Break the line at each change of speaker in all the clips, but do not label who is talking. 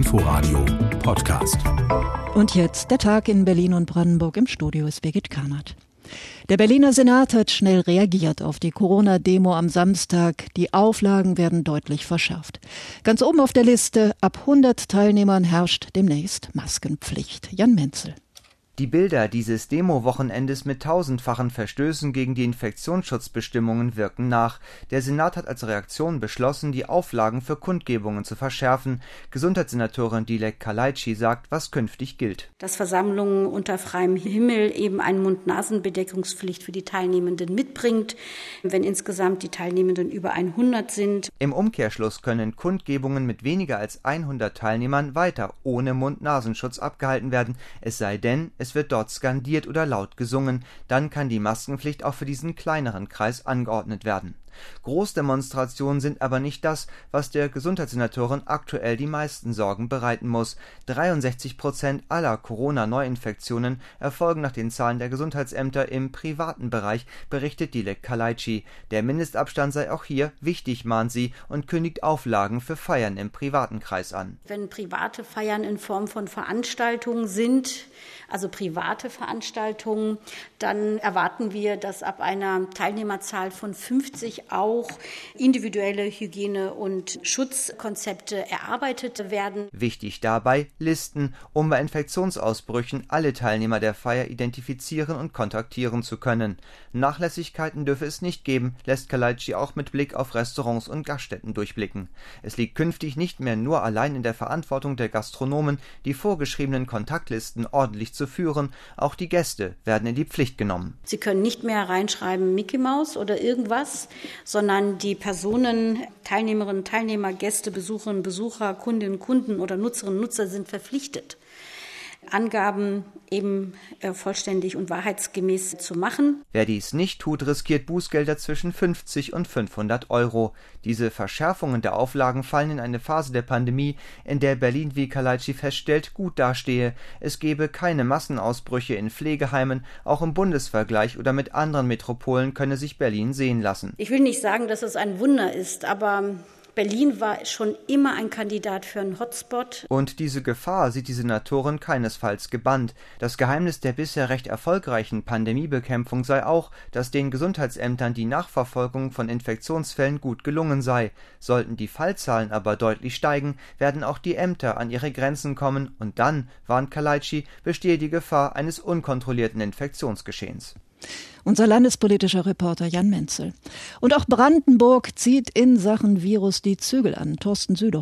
Inforadio Podcast.
Und jetzt der Tag in Berlin und Brandenburg. Im Studio ist Birgit Kahnert. Der Berliner Senat hat schnell reagiert auf die Corona-Demo am Samstag. Die Auflagen werden deutlich verschärft. Ganz oben auf der Liste, ab 100 Teilnehmern herrscht demnächst Maskenpflicht. Jan Menzel.
Die Bilder dieses Demo-Wochenendes mit tausendfachen Verstößen gegen die Infektionsschutzbestimmungen wirken nach. Der Senat hat als Reaktion beschlossen, die Auflagen für Kundgebungen zu verschärfen. Gesundheitssenatorin Dilek Kalaitschi sagt, was künftig gilt.
Dass Versammlungen unter freiem Himmel eben eine Mund-Nasen-Bedeckungspflicht für die Teilnehmenden mitbringt, wenn insgesamt die Teilnehmenden über 100 sind.
Im Umkehrschluss können Kundgebungen mit weniger als 100 Teilnehmern weiter ohne Mund-Nasenschutz abgehalten werden, es sei denn, es wird dort skandiert oder laut gesungen, dann kann die Maskenpflicht auch für diesen kleineren Kreis angeordnet werden. Großdemonstrationen sind aber nicht das, was der Gesundheitssenatorin aktuell die meisten Sorgen bereiten muss. 63% aller Corona-Neuinfektionen erfolgen nach den Zahlen der Gesundheitsämter im privaten Bereich, berichtet Dilek Kalaitschi. Der Mindestabstand sei auch hier wichtig, mahnt sie, und kündigt Auflagen für Feiern im privaten Kreis an.
Wenn private Feiern in Form von Veranstaltungen sind, also private Veranstaltungen, dann erwarten wir, dass ab einer Teilnehmerzahl von 50 auch individuelle Hygiene- und Schutzkonzepte erarbeitet werden.
Wichtig dabei Listen, um bei Infektionsausbrüchen alle Teilnehmer der Feier identifizieren und kontaktieren zu können. Nachlässigkeiten dürfe es nicht geben, lässt Kalaitschi auch mit Blick auf Restaurants und Gaststätten durchblicken. Es liegt künftig nicht mehr nur allein in der Verantwortung der Gastronomen, die vorgeschriebenen Kontaktlisten ordentlich zu führen, auch die Gäste werden in die Pflicht genommen.
Sie können nicht mehr reinschreiben Mickey Maus oder irgendwas, sondern die Personen, Teilnehmerinnen, Teilnehmer, Gäste, Besucherinnen, Besucher, Kundinnen, Kunden oder Nutzerinnen, Nutzer sind verpflichtet, Angaben eben vollständig und wahrheitsgemäß zu machen.
Wer dies nicht tut, riskiert Bußgelder zwischen 50 und 500 Euro. Diese Verschärfungen der Auflagen fallen in eine Phase der Pandemie, in der Berlin, wie Kalaitschi feststellt, gut dastehe. Es gebe keine Massenausbrüche in Pflegeheimen, auch im Bundesvergleich oder mit anderen Metropolen könne sich Berlin sehen lassen.
Ich will nicht sagen, dass es ein Wunder ist, aber Berlin war schon immer ein Kandidat für einen Hotspot.
Und diese Gefahr sieht die Senatorin keinesfalls gebannt. Das Geheimnis der bisher recht erfolgreichen Pandemiebekämpfung sei auch, dass den Gesundheitsämtern die Nachverfolgung von Infektionsfällen gut gelungen sei. Sollten die Fallzahlen aber deutlich steigen, werden auch die Ämter an ihre Grenzen kommen und dann, warnt Kalaitschi, bestehe die Gefahr eines unkontrollierten Infektionsgeschehens.
Unser landespolitischer Reporter Jan Menzel. Und auch Brandenburg zieht in Sachen Virus die Zügel an. Thorsten Südow.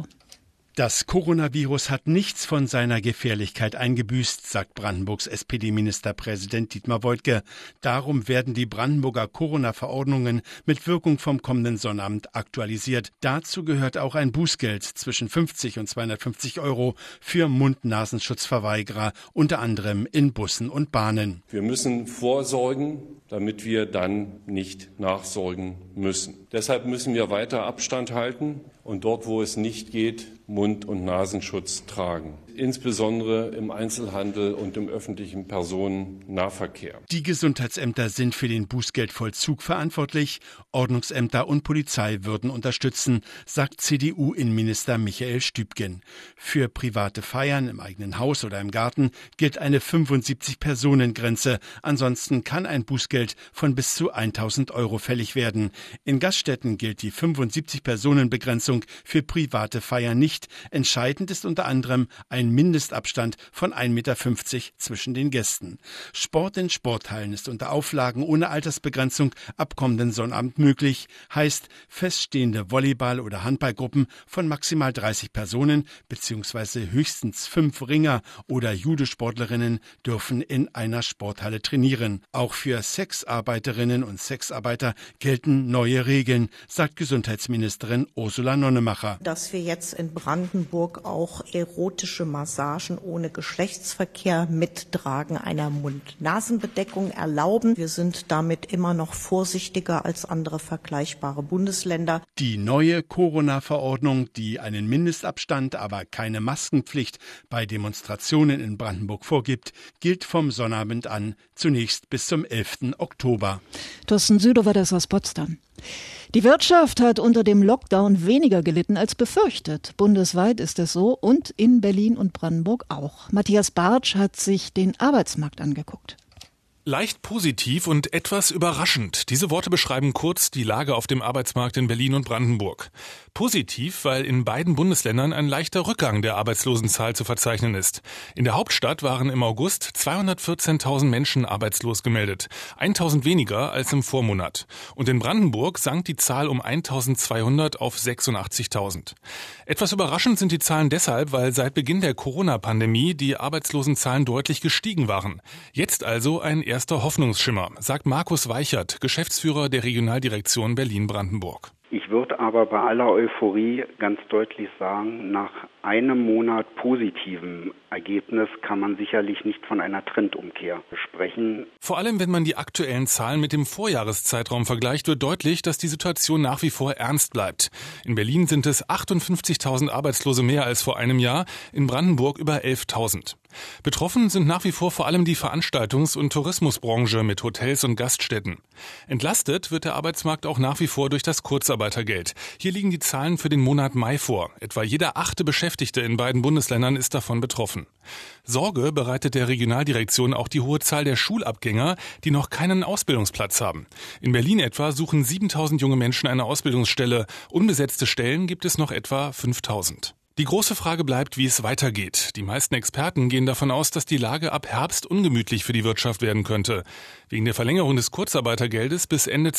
Das Coronavirus hat nichts von seiner Gefährlichkeit eingebüßt, sagt Brandenburgs SPD-Ministerpräsident Dietmar Woidke. Darum werden die Brandenburger Corona-Verordnungen mit Wirkung vom kommenden Sonnabend aktualisiert. Dazu gehört auch ein Bußgeld zwischen 50 und 250 Euro für Mund-Nasenschutzverweigerer, unter anderem in Bussen und Bahnen.
Wir müssen vorsorgen, damit wir dann nicht nachsorgen müssen. Deshalb müssen wir weiter Abstand halten und dort, wo es nicht geht, Mund- und Nasenschutz tragen. Insbesondere im Einzelhandel und im öffentlichen Personennahverkehr.
Die Gesundheitsämter sind für den Bußgeldvollzug verantwortlich. Ordnungsämter und Polizei würden unterstützen, sagt CDU-Innenminister Michael Stübgen. Für private Feiern im eigenen Haus oder im Garten gilt eine 75-Personen-Grenze. Ansonsten kann ein Bußgeld von bis zu 1.000 Euro fällig werden. In Gaststätten gilt die 75-Personen-Begrenzung für private Feiern nicht. Entscheidend ist unter anderem ein Mindestabstand von 1,50 Meter zwischen den Gästen. Sport in Sporthallen ist unter Auflagen ohne Altersbegrenzung ab kommenden Sonnabend möglich. Heißt, feststehende Volleyball- oder Handballgruppen von maximal 30 Personen bzw. höchstens 5 Ringer oder Judosportlerinnen dürfen in einer Sporthalle trainieren. Auch für Sexarbeiterinnen und Sexarbeiter gelten neue Regeln, sagt Gesundheitsministerin Ursula Nonnemacher.
Dass wir jetzt in Brandenburg auch erotische Massagen ohne Geschlechtsverkehr mit Tragen einer Mund-Nasen-Bedeckung erlauben. Wir sind damit immer noch vorsichtiger als andere vergleichbare Bundesländer.
Die neue Corona-Verordnung, die einen Mindestabstand, aber keine Maskenpflicht bei Demonstrationen in Brandenburg vorgibt, gilt vom Sonnabend an, zunächst bis zum 11. Oktober.
Thorsten Südow war das aus Potsdam. Die Wirtschaft hat unter dem Lockdown weniger gelitten als befürchtet. Bundesweit ist es so und in Berlin und Brandenburg auch. Matthias Bartsch hat sich den Arbeitsmarkt angeguckt.
Leicht positiv und etwas überraschend. Diese Worte beschreiben kurz die Lage auf dem Arbeitsmarkt in Berlin und Brandenburg. Positiv, weil in beiden Bundesländern ein leichter Rückgang der Arbeitslosenzahl zu verzeichnen ist. In der Hauptstadt waren im August 214.000 Menschen arbeitslos gemeldet. 1.000 weniger als im Vormonat. Und in Brandenburg sank die Zahl um 1.200 auf 86.000. Etwas überraschend sind die Zahlen deshalb, weil seit Beginn der Corona-Pandemie die Arbeitslosenzahlen deutlich gestiegen waren. Jetzt also ein erster Hoffnungsschimmer, sagt Markus Weichert, Geschäftsführer der Regionaldirektion Berlin-Brandenburg.
Ich würde aber bei aller Euphorie ganz deutlich sagen, nach einem Monat positivem Ergebnis kann man sicherlich nicht von einer Trendumkehr sprechen.
Vor allem, wenn man die aktuellen Zahlen mit dem Vorjahreszeitraum vergleicht, wird deutlich, dass die Situation nach wie vor ernst bleibt. In Berlin sind es 58.000 Arbeitslose mehr als vor einem Jahr, in Brandenburg über 11.000. Betroffen sind nach wie vor vor allem die Veranstaltungs- und Tourismusbranche mit Hotels und Gaststätten. Entlastet wird der Arbeitsmarkt auch nach wie vor durch das Kurzarbeitergeld. Hier liegen die Zahlen für den Monat Mai vor. Etwa jeder 8. Beschäftigte in beiden Bundesländern ist davon betroffen. Sorge bereitet der Regionaldirektion auch die hohe Zahl der Schulabgänger, die noch keinen Ausbildungsplatz haben. In Berlin etwa suchen 7.000 junge Menschen eine Ausbildungsstelle. Unbesetzte Stellen gibt es noch etwa 5.000. Die große Frage bleibt, wie es weitergeht. Die meisten Experten gehen davon aus, dass die Lage ab Herbst ungemütlich für die Wirtschaft werden könnte. Wegen der Verlängerung des Kurzarbeitergeldes bis Ende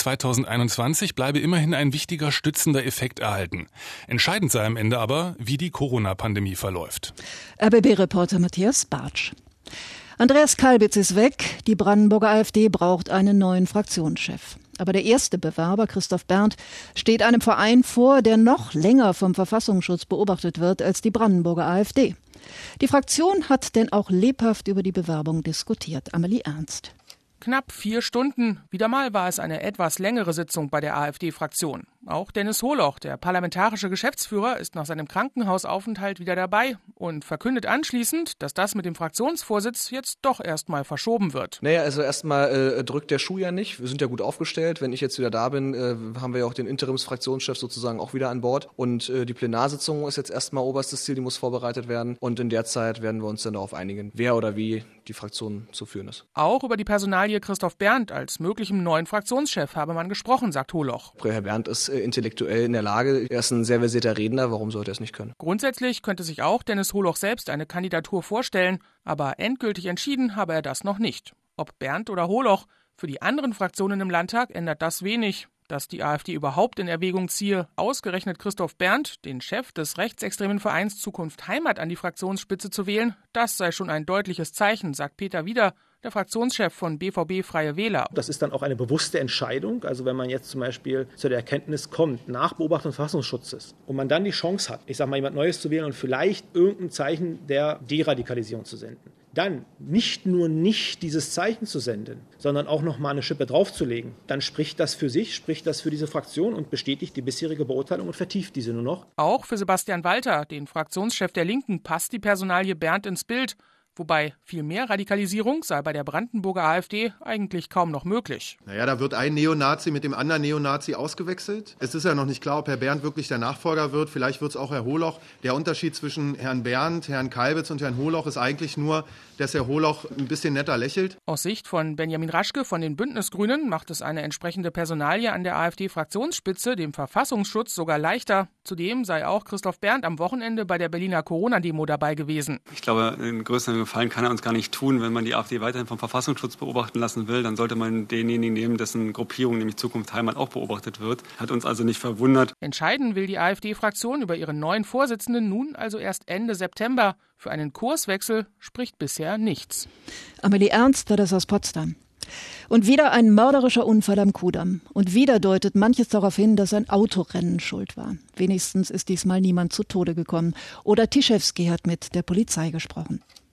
2021 bleibe immerhin ein wichtiger stützender Effekt erhalten. Entscheidend sei am Ende aber, wie die Corona-Pandemie verläuft.
RBB-Reporter Matthias Bartsch. Andreas Kalbitz ist weg. Die Brandenburger AfD braucht einen neuen Fraktionschef. Aber der erste Bewerber, Christoph Berndt, steht einem Verein vor, der noch länger vom Verfassungsschutz beobachtet wird als die Brandenburger AfD. Die Fraktion hat denn auch lebhaft über die Bewerbung diskutiert. Amelie Ernst.
Knapp 4 Stunden. Wieder mal war es eine etwas längere Sitzung bei der AfD-Fraktion. Auch Dennis Holoch, der parlamentarische Geschäftsführer, ist nach seinem Krankenhausaufenthalt wieder dabei und verkündet anschließend, dass das mit dem Fraktionsvorsitz jetzt doch erstmal verschoben wird.
Naja, also erstmal drückt der Schuh ja nicht. Wir sind ja gut aufgestellt. Wenn ich jetzt wieder da bin, haben wir ja auch den Interimsfraktionschef sozusagen auch wieder an Bord. Und die Plenarsitzung ist jetzt erstmal oberstes Ziel, die muss vorbereitet werden. Und in der Zeit werden wir uns dann darauf einigen, wer oder wie die Fraktion zu führen ist.
Auch über die Personalie Christoph Berndt als möglichem neuen Fraktionschef habe man gesprochen, sagt Holoch.
Herr Berndt ist intellektuell in der Lage. Er ist ein sehr versierter Redner. Warum sollte er es nicht können?
Grundsätzlich könnte sich auch Dennis Holoch selbst eine Kandidatur vorstellen, aber endgültig entschieden habe er das noch nicht. Ob Berndt oder Holoch, für die anderen Fraktionen im Landtag ändert das wenig. Dass die AfD überhaupt in Erwägung ziehe, ausgerechnet Christoph Berndt, den Chef des rechtsextremen Vereins Zukunft Heimat, an die Fraktionsspitze zu wählen, das sei schon ein deutliches Zeichen, sagt Peter Wieder, der Fraktionschef von BVB Freie Wähler.
Das ist dann auch eine bewusste Entscheidung. Also wenn man jetzt zum Beispiel zu der Erkenntnis kommt, nach Beobachtung des Verfassungsschutzes, und man dann die Chance hat, jemand Neues zu wählen und vielleicht irgendein Zeichen der Deradikalisierung zu senden, dann nicht nur nicht dieses Zeichen zu senden, sondern auch noch mal eine Schippe draufzulegen, dann spricht das für sich, spricht das für diese Fraktion und bestätigt die bisherige Beurteilung und vertieft diese nur noch.
Auch für Sebastian Walter, den Fraktionschef der Linken, passt die Personalie Berndt ins Bild. Wobei viel mehr Radikalisierung sei bei der Brandenburger AfD eigentlich kaum noch möglich.
Naja, da wird ein Neonazi mit dem anderen Neonazi ausgewechselt. Es ist ja noch nicht klar, ob Herr Berndt wirklich der Nachfolger wird. Vielleicht wird es auch Herr Holoch. Der Unterschied zwischen Herrn Berndt, Herrn Kalbitz und Herrn Holoch ist eigentlich nur, dass Herr Holoch ein bisschen netter lächelt.
Aus Sicht von Benjamin Raschke von den Bündnisgrünen macht es eine entsprechende Personalie an der AfD-Fraktionsspitze dem Verfassungsschutz sogar leichter. Zudem sei auch Christoph Berndt am Wochenende bei der Berliner Corona-Demo dabei gewesen.
Ich glaube, einen größeren Gefallen kann er uns gar nicht tun. Wenn man die AfD weiterhin vom Verfassungsschutz beobachten lassen will, dann sollte man denjenigen nehmen, dessen Gruppierung, nämlich Zukunft Heimat, auch beobachtet wird. Hat uns also nicht verwundert.
Entscheiden will die AfD-Fraktion über ihren neuen Vorsitzenden nun also erst Ende September. Für einen Kurswechsel spricht bisher nichts.
Amelie Ernst war das aus Potsdam. Und wieder ein mörderischer Unfall am Kudamm. Und wieder deutet manches darauf hin, dass ein Autorennen schuld war. Wenigstens ist diesmal niemand zu Tode gekommen. Oder Tischewski hat mit der Polizei gesprochen.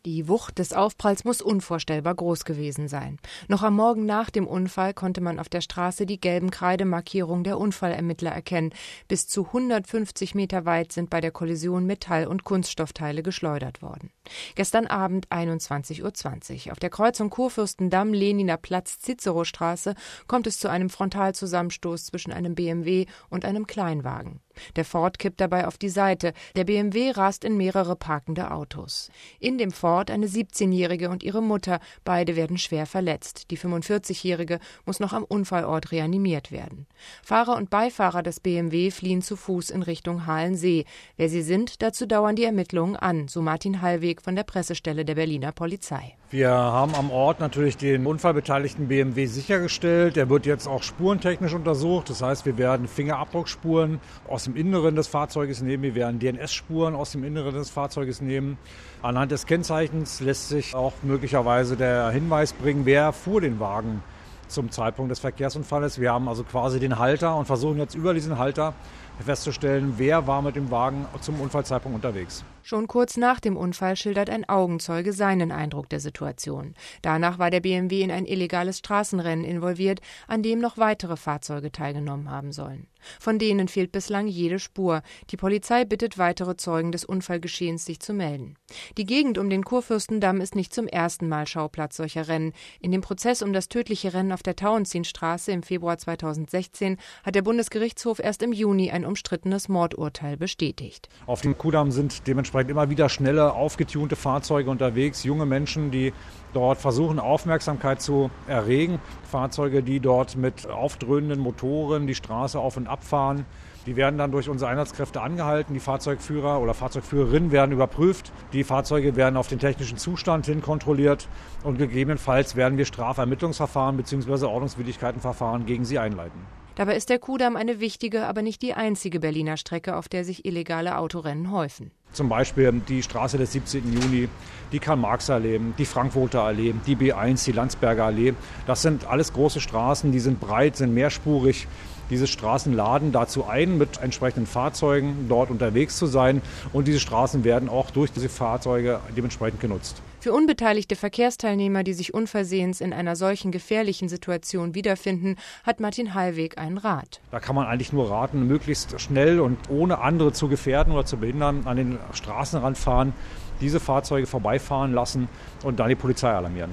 Die Wucht des Aufpralls muss unvorstellbar groß gewesen sein. Noch am Morgen nach dem Unfall konnte man auf der Straße die gelben Kreidemarkierungen der Unfallermittler erkennen. Bis zu 150 Meter weit sind bei der Kollision Metall- und Kunststoffteile geschleudert worden. Gestern Abend 21:20 Uhr. Auf der Kreuzung Kurfürstendamm, Leniner Platz, Cicerostraße kommt es zu einem Frontalzusammenstoß zwischen einem BMW und einem Kleinwagen. Der Ford kippt dabei auf die Seite. Der BMW rast in mehrere parkende Autos. In dem Ford eine 17-Jährige und ihre Mutter. Beide werden schwer verletzt. Die 45-Jährige muss noch am Unfallort reanimiert werden. Fahrer und Beifahrer des BMW fliehen zu Fuß in Richtung Halensee. Wer sie sind, dazu dauern die Ermittlungen an, so Martin Hallweg von der Pressestelle der Berliner Polizei.
Wir haben am Ort natürlich den unfallbeteiligten BMW sichergestellt. Der wird jetzt auch spurentechnisch untersucht. Das heißt, wir werden Fingerabdruckspuren aus dem Inneren des Fahrzeuges nehmen. Wir werden DNS-Spuren aus dem Inneren des Fahrzeuges nehmen. Anhand des Kennzeichens lässt sich auch möglicherweise der Hinweis bringen, wer fuhr den Wagen zum Zeitpunkt des Verkehrsunfalls. Wir haben also quasi den Halter und versuchen jetzt über diesen Halter festzustellen, wer war mit dem Wagen zum Unfallzeitpunkt unterwegs.
Schon kurz nach dem Unfall schildert ein Augenzeuge seinen Eindruck der Situation. Danach war der BMW in ein illegales Straßenrennen involviert, an dem noch weitere Fahrzeuge teilgenommen haben sollen. Von denen fehlt bislang jede Spur. Die Polizei bittet weitere Zeugen des Unfallgeschehens, sich zu melden. Die Gegend um den Kurfürstendamm ist nicht zum ersten Mal Schauplatz solcher Rennen. In dem Prozess um das tödliche Rennen auf der Tauentzienstraße im Februar 2016 hat der Bundesgerichtshof erst im Juni ein umstrittenes Mordurteil bestätigt.
Auf dem Kudamm sind dementsprechend immer wieder schnelle, aufgetunte Fahrzeuge unterwegs, junge Menschen, die dort versuchen, Aufmerksamkeit zu erregen. Fahrzeuge, die dort mit aufdröhnenden Motoren die Straße auf und ab fahren. Die werden dann durch unsere Einsatzkräfte angehalten. Die Fahrzeugführer oder Fahrzeugführerinnen werden überprüft. Die Fahrzeuge werden auf den technischen Zustand hin kontrolliert. Und gegebenenfalls werden wir Strafermittlungsverfahren bzw. Ordnungswidrigkeitenverfahren gegen sie einleiten.
Dabei ist der Kudamm eine wichtige, aber nicht die einzige Berliner Strecke, auf der sich illegale Autorennen häufen.
Zum Beispiel die Straße des 17. Juni, die Karl-Marx-Allee, die Frankfurter Allee, die B1, die Landsberger Allee. Das sind alles große Straßen, die sind breit, sind mehrspurig. Diese Straßen laden dazu ein, mit entsprechenden Fahrzeugen dort unterwegs zu sein. Und diese Straßen werden auch durch diese Fahrzeuge dementsprechend genutzt.
Für unbeteiligte Verkehrsteilnehmer, die sich unversehens in einer solchen gefährlichen Situation wiederfinden, hat Martin Hallweg einen Rat.
Da kann man eigentlich nur raten, möglichst schnell und ohne andere zu gefährden oder zu behindern, an den Straßenrand fahren, diese Fahrzeuge vorbeifahren lassen und dann die Polizei alarmieren.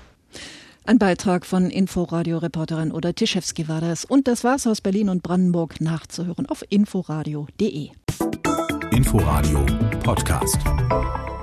Ein Beitrag von Inforadio-Reporterin Oda Tischewski war das. Und das war's aus Berlin und Brandenburg, nachzuhören auf inforadio.de.
Inforadio Podcast.